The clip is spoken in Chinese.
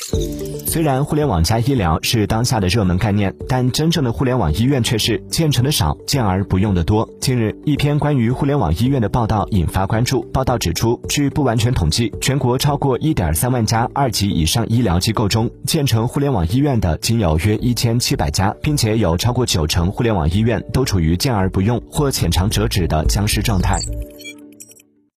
虽然互联网加医疗是当下的热门概念，但真正的互联网医院却是建成的少，建而不用的多。近日，一篇关于互联网医院的报道引发关注。报道指出，据不完全统计，全国超过 1.3万家2级以上医疗机构中，建成互联网医院的仅有约1700家，并且有超过90%互联网医院都处于建而不用或浅尝辄止的僵尸状态。